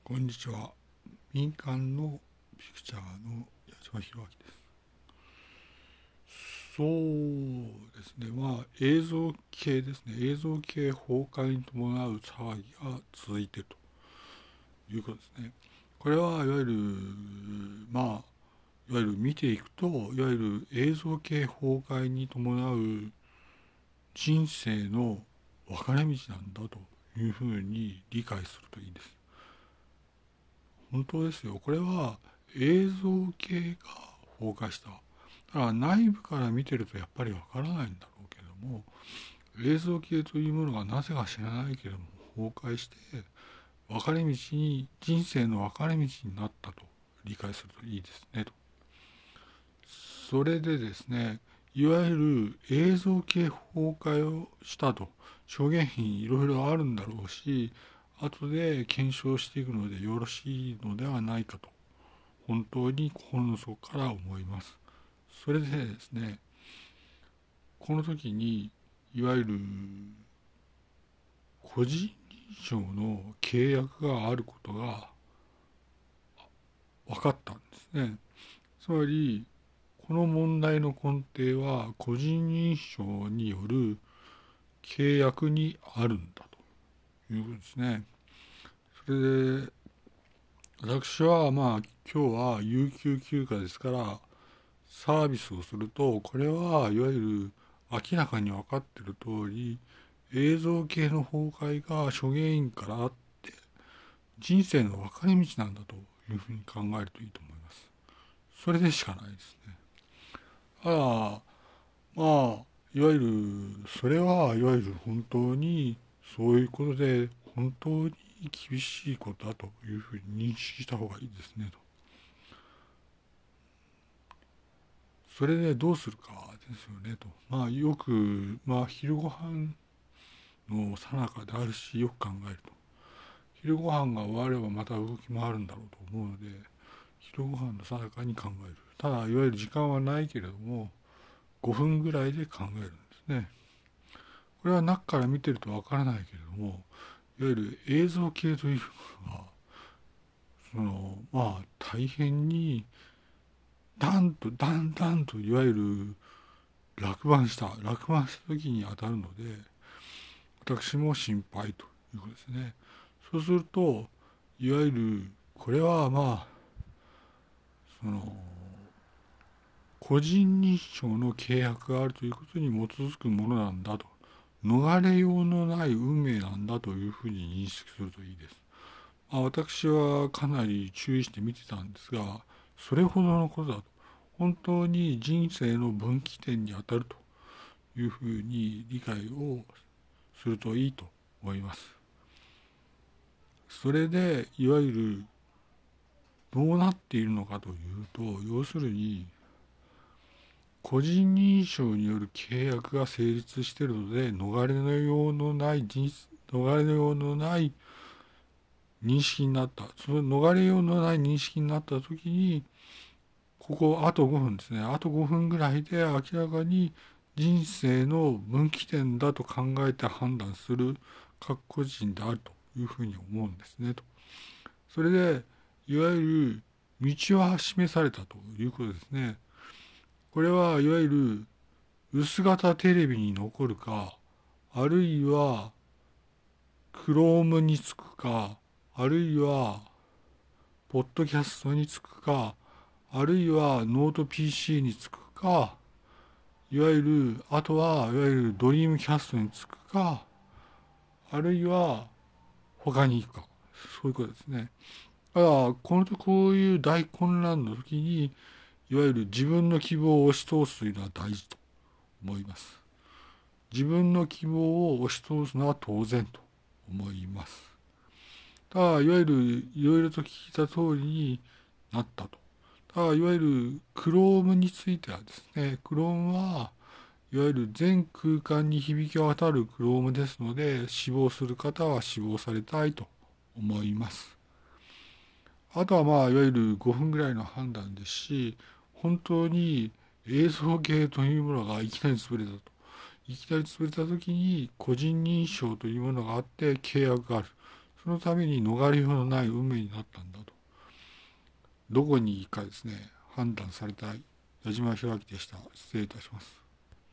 こんにちは。民間のピクチャーの矢島弘明です。そうですね。映像系ですね。映像系崩壊に伴う騒ぎが続いているということですね。これはいわゆる、いわゆる見ていくと、いわゆる映像系崩壊に伴う人生の分かれ道なんだというふうに理解するといいです。本当ですよ。これは映像系が崩壊した。だから内部から見てるとやっぱりわからないんだろうけども、映像系というものがなぜか知らないけれども崩壊して、分かれ道に、人生の分かれ道になったと理解するといいですねと。それでですね、いわゆる映像系崩壊をしたと、証言品いろいろあるんだろうし、後で検証していくのでよろしいのではないかと本当に心の底から思います。それでですね、この時にいわゆる個人認証の契約があることが分かったんですね。つまりこの問題の根底は個人認証による契約にあるんだということですね。それで私は今日は有給休暇ですからサービスをすると、これはいわゆる明らかに分かっている通り、映像系の崩壊が諸原因からあって、人生の分かれ道なんだというふうに考えるといいと思います。それでしかないですね。ただ、いわゆる、それはいわゆる本当にそういうことで、本当に厳しいことだというふうに認識した方がいいですねと。それでどうするかですよねと。よく、昼ご飯の最中であるし、よく考えると。昼ご飯が終わればまた動き回るんだろうと思うので、昼ご飯の最中に考える。ただ、いわゆる時間はないけれども、5分ぐらいで考えるんですね。これは中から見てるとわからないけれども、いわゆる映像系というのは、大変に、だんと、いわゆる落盤した時に当たるので、私も心配ということですね。そうすると、いわゆる、これはその、個人認証の契約があるということに基づくものなんだと。逃れようのない運命なんだというふうに認識するといいです。私はかなり注意して見てたんですが、それほどのことだと。本当に人生の分岐点に当たるというふうに理解をするといいと思います。それで、いわゆるどうなっているのかというと、要するに個人認証による契約が成立しているので、逃れのようのない認識になった。その逃れようのない認識になった時に、ここあと5分ですね。あと5分ぐらいで明らかに人生の分岐点だと考えて判断する確固人であるというふうに思うんですねと。それで、いわゆる道は示されたということですね。これはいわゆる薄型テレビに残るか、あるいはクロームにつくか、あるいはポッドキャストにつくか、あるいはノート PC につくか、いわゆる、あとはいわゆるドリームキャストにつくか、あるいは他に行くか。そういうことですね。だから、こういう大混乱の時に、いわゆる自分の希望を押し通すというのは大事と思います。自分の希望を押し通すのは当然と思います。ただ、いわゆるいろいろと聞いた通りになったと。ただ、いわゆるクロームについてはですね、クロームはいわゆる全空間に響き渡るクロームですので、死亡する方は死亡されたいと思います。あとはいわゆる5分ぐらいの判断ですし、本当に映像系というものがいきなり潰れたと。いきなり潰れた時に個人認証というものがあって契約がある。 そのために逃れようのない運命になったんだと。どこにいいかですね、判断されたい矢島弘明でした。失礼いたします。